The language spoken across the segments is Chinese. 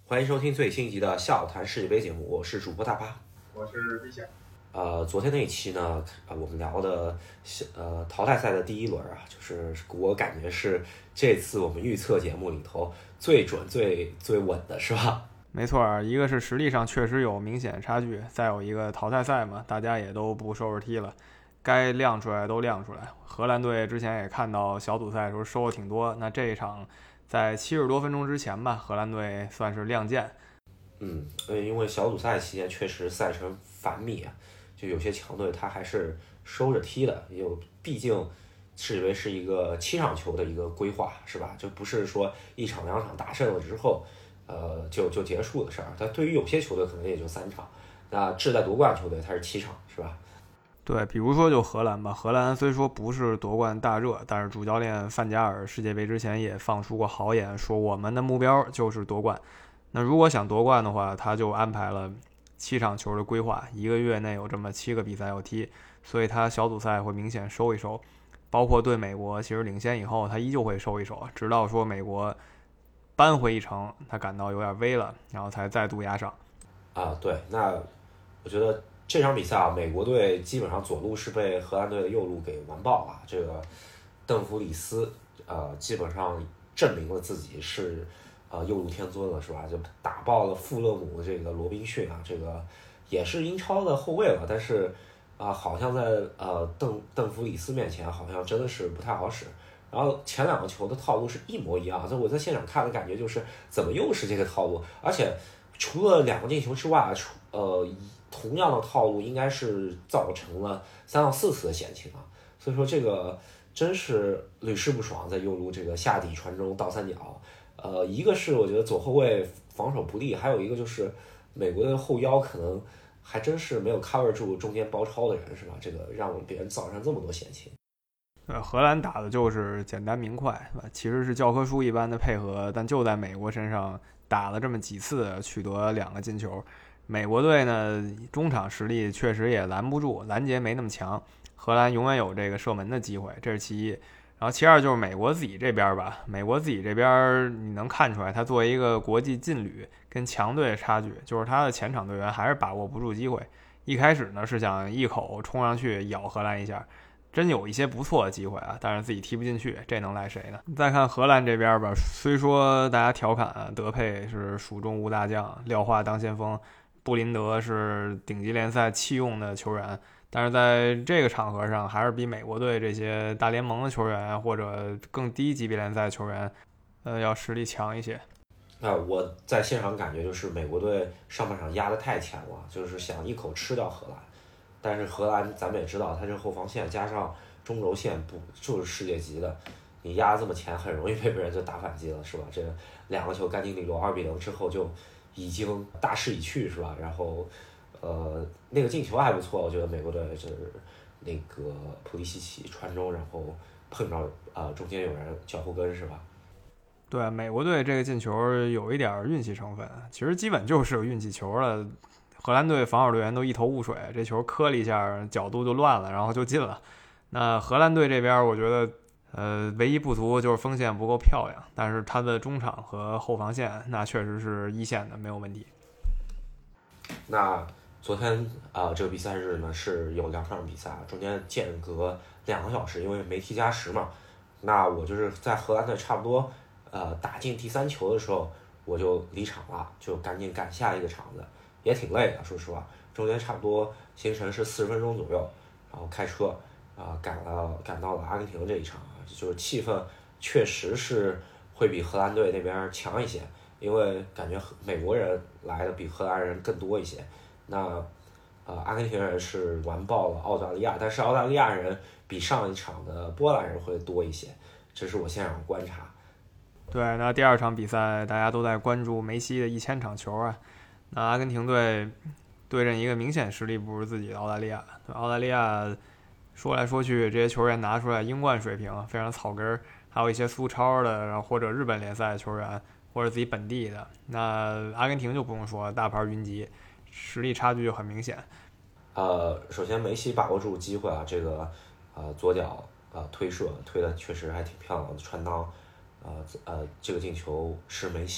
欢迎收听最新一集的笑谈世界杯节目，我是主播大巴， 我是毕翔。 昨天那一期呢，我们聊的淘汰赛的第一轮啊，就是我感觉是这次我们预测节目里头最准、最稳的，是吧？ 没错，一个是实力上确实有明显差距，再有一个淘汰赛嘛，大家也都不收拾踢了，该亮出来都亮出来。荷兰队之前也看到小组赛的时候收的挺多，那这一场在70多分钟之前吧，荷兰队算是亮剑。 因为小组赛期间确实赛程繁密啊，就有些强队他还是收着踢的，毕竟世界杯是一个7场球的一个规划，是吧？就不是说1场2场打胜了之后，就结束的事儿。但对于有些球队可能也就3场，那志在夺冠球队它是7场，是吧？ 对，比如说就荷兰吧，荷兰虽说不是夺冠大热，但是主教练范加尔世界杯之前也放出过豪言，说我们的目标就是夺冠。那如果想夺冠的话，他就安排了7场球的规划，1个月内有这么7个比赛要踢，所以他小组赛会明显收一收，包括对美国其实领先以后，他依旧会收一收，直到说美国扳回一城，他感到有点危了，然后才再度压上。 对，那我觉得这场比赛啊，美国队基本上左路是被荷兰队的右路给完爆了。这个邓弗里斯基本上证明了自己是右路天尊了，是吧？就打爆了富勒姆这个罗宾逊啊，这个也是英超的后卫了，但是好像在邓弗里斯面前好像真的是不太好使。然后前2个球的套路是一模一样，我在现场看的感觉就是怎么又是这个套路，而且除了2个进球之外，同样的套路应该是造成了3到4次的险情啊，所以说这个真是屡试不爽，在右路这个下底传中倒三角，一个是我觉得左后卫防守不利，还有一个就是美国的后腰可能还真是没有 cover 住中间包抄的人，是吧？这个让别人造成这么多险情。 荷兰打的就是简单明快，其实是教科书一般的配合，但就在美国身上打了这么几次，取得2个进球。美国队呢，中场实力确实也拦不住，拦截没那么强。荷兰永远有这个射门的机会，这是其一。然后其二就是美国自己这边吧，美国自己这边你能看出来，他作为一个国际劲旅跟强队的差距，就是他的前场队员还是把握不住机会。一开始呢是想一口冲上去咬荷兰一下，真有一些不错的机会啊，但是自己踢不进去，这能赖谁呢？再看荷兰这边吧，虽说大家调侃德佩是蜀中无大将，廖化当先锋，布林德是顶级联赛弃用的球员，但是在这个场合上，还是比美国队这些大联盟的球员或者更低级别联赛球员，要实力强一些。 我在现场感觉就是美国队上半场压得太强了，就是想一口吃掉荷兰。但是荷兰咱们也知道，他这后防线加上中轴线不就是世界级的，你压这么前，很容易被别人就打反击了，是吧？这2个球干净利落2-0之后就已经大势已去，是吧？然后那个进球还不错，我觉得美国队就是那个普利西奇传中，然后碰到中间有人脚后跟，是吧？ 对，美国队这个进球有一点运气成分，其实基本就是个运气球了。荷兰队防守队员都一头雾水，这球磕了一下，角度就乱了，然后就进了。那荷兰队这边，我觉得，唯一不足就是锋线不够漂亮，但是他的中场和后防线那确实是一线的，没有问题。 那昨天这个比赛日呢是有2场比赛，中间间隔2个小时，因为没踢加时嘛。那我就是在荷兰队差不多打进第3球的时候，我就离场了，就赶紧赶下一个场子。也挺累的，说实话，中间差不多行程是40分钟左右，然后开车赶到了阿根廷这一场，就是气氛确实是会比荷兰队那边强一些，因为感觉美国人来的比荷兰人更多一些。那阿根廷人是完爆了澳大利亚，但是澳大利亚人比上一场的波兰人会多一些，这是我现场观察。 对，那第2场比赛大家都在关注梅西的1000场球啊。那阿根廷队对阵一个明显实力不如自己的澳大利亚，澳大利亚说来说去，这些球员拿出来英冠水平，非常草根，还有一些苏超的，然后或者日本联赛的球员，或者自己本地的。那阿根廷就不用说，大牌云集，实力差距就很明显。 首先梅西把握住机会啊，这个左脚推射推的确实还挺漂亮的，传裆，这个进球是梅西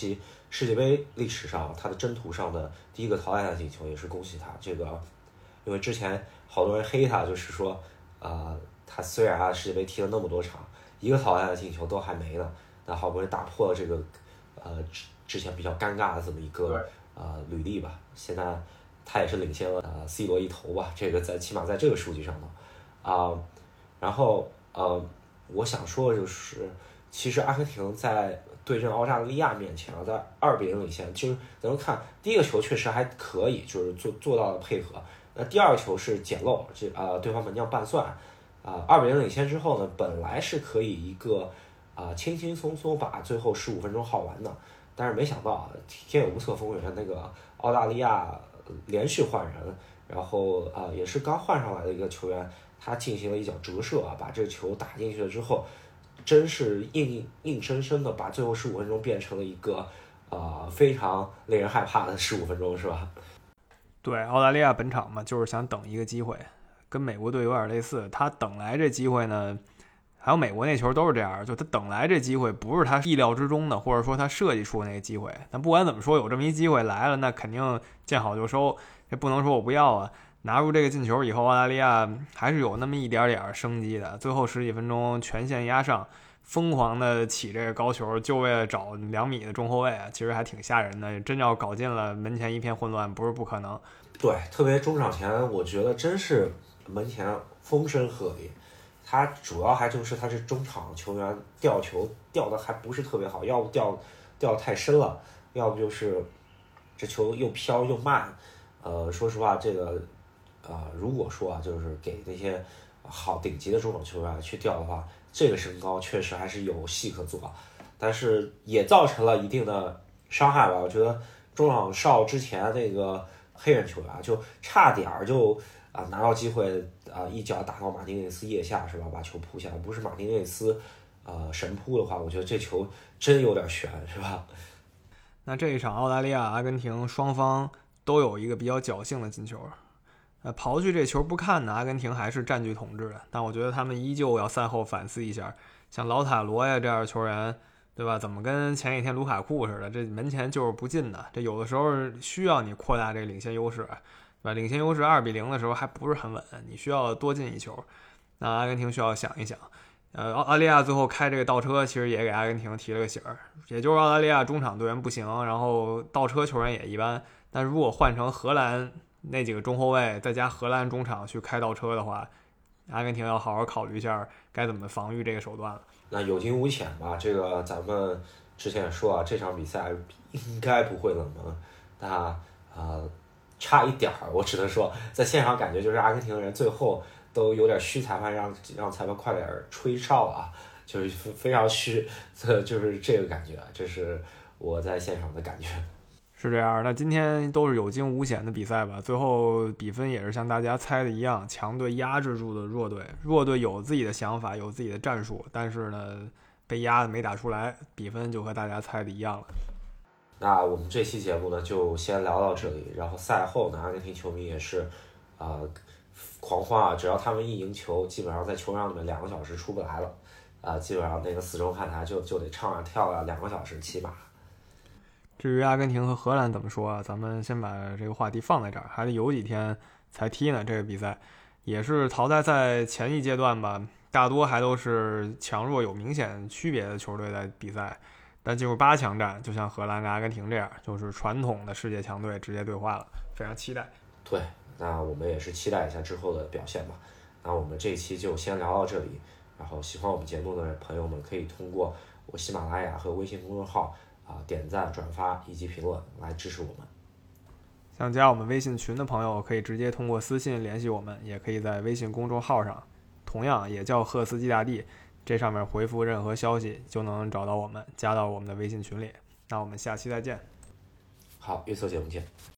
世界杯历史上他的征途上的第一个淘汰赛进球，也是恭喜他。这个因为之前好多人黑他，就是说他虽然世界杯踢了那么多场，一个淘汰赛进球都还没呢，那好不容易打破了这个之前比较尴尬的这么一个履历吧。现在他也是领先了C 罗一头吧，这个起码在这个数据上头然后我想说的就是，其实阿根廷在对阵澳大利亚面前在2-0领先，就是咱们看第一个球确实还可以，就是做到了配合。那第二个球是捡漏，对方门将半算2-0领先之后呢，本来是可以一个轻轻松松把最后15分钟耗完的，但是没想到天有不测风云，那个澳大利亚连续换人，然后也是刚换上来的一个球员，他进行了一脚折射把这个球打进去了之后，真是硬生生的把最后15分钟变成了一个非常令人害怕的15分钟，是吧？ 对，澳大利亚本场嘛，就是想等一个机会，跟美国队有点类似。他等来这机会呢，还有美国那球都是这样，就他等来这机会不是他意料之中的，或者说他设计出的那个机会。但不管怎么说，有这么一机会来了，那肯定见好就收，这不能说我不要啊。拿入这个进球以后，澳大利亚还是有那么一点点生机的。最后10几分钟全线压上，疯狂的起这个高球，就为了找2米的中后卫，其实还挺吓人的。真要搞进了，门前一片混乱，不是不可能。 对，特别中场前，我觉得真是门前风声鹤唳。他主要还就是他是中场球员吊球吊的还不是特别好，要不吊得太深了，要不就是这球又飘又慢。说实话，这个如果说就是给那些好顶级的中场球员去吊的话，这个身高确实还是有戏可做，但是也造成了一定的伤害吧。我觉得中场哨之前那个黑人球员就差点就拿到机会一脚打到马丁内斯腋下，是吧？把球扑下来，不是马丁内斯神扑的话，我觉得这球真有点悬，是吧？ 那这一场澳大利亚、阿根廷双方都有一个比较侥幸的进球。刨去这球不看呢，阿根廷还是占据统治的，但我觉得他们依旧要赛后反思一下，像老塔罗呀这样的球员，对吧？怎么跟前几天卢卡库似的，这门前就是不进的，这有的时候需要你扩大这个领先优势，对吧？领先优势2-0的时候还不是很稳，你需要多进一球。那阿根廷需要想一想，澳大利亚最后开这个倒车，其实也给阿根廷提了个醒儿，也就是澳大利亚中场队员不行，然后倒车球员也一般，但如果换成荷兰那几个中后卫再加荷兰中场去开倒车的话，阿根廷要好好考虑一下该怎么防御这个手段了。 那有惊无险吧，这个咱们之前也说这场比赛应该不会冷门，那差一点儿，我只能说在现场感觉就是阿根廷人最后都有点虚裁判，让裁判快点吹哨了就是非常虚，就是这个感觉，这是我在现场的感觉。 是这样，那今天都是有惊无险的比赛吧？最后比分也是像大家猜的一样，强队压制住的弱队，弱队有自己的想法，有自己的战术，但是呢，被压的没打出来，比分就和大家猜的一样了。 那我们这期节目呢，就先聊到这里。然后赛后呢，阿根廷球迷也是狂欢只要他们一赢球，基本上在球场里面2个小时出不来了基本上那个4中看台就得唱跳2个小时起码。 至于阿根廷和荷兰怎么说咱们先把这个话题放在这儿，还得有几天才踢呢。这个比赛也是淘汰赛前一阶段吧，大多还都是强弱有明显区别的球队在比赛，但进入8强战，就像荷兰跟阿根廷这样，就是传统的世界强队直接对话了，非常期待。 对，那我们也是期待一下之后的表现吧。那我们这一期就先聊到这里，然后喜欢我们节目的朋友们可以通过我喜马拉雅和微信公众号点赞、转发以及评论来支持我们。 想加我们微信群的朋友可以直接通过私信联系我们，也可以在微信公众号上，同样也叫赫斯基大帝，这上面回复任何消息就能找到我们，加到我们的微信群里。那我们下期再见。 好，预测节目见。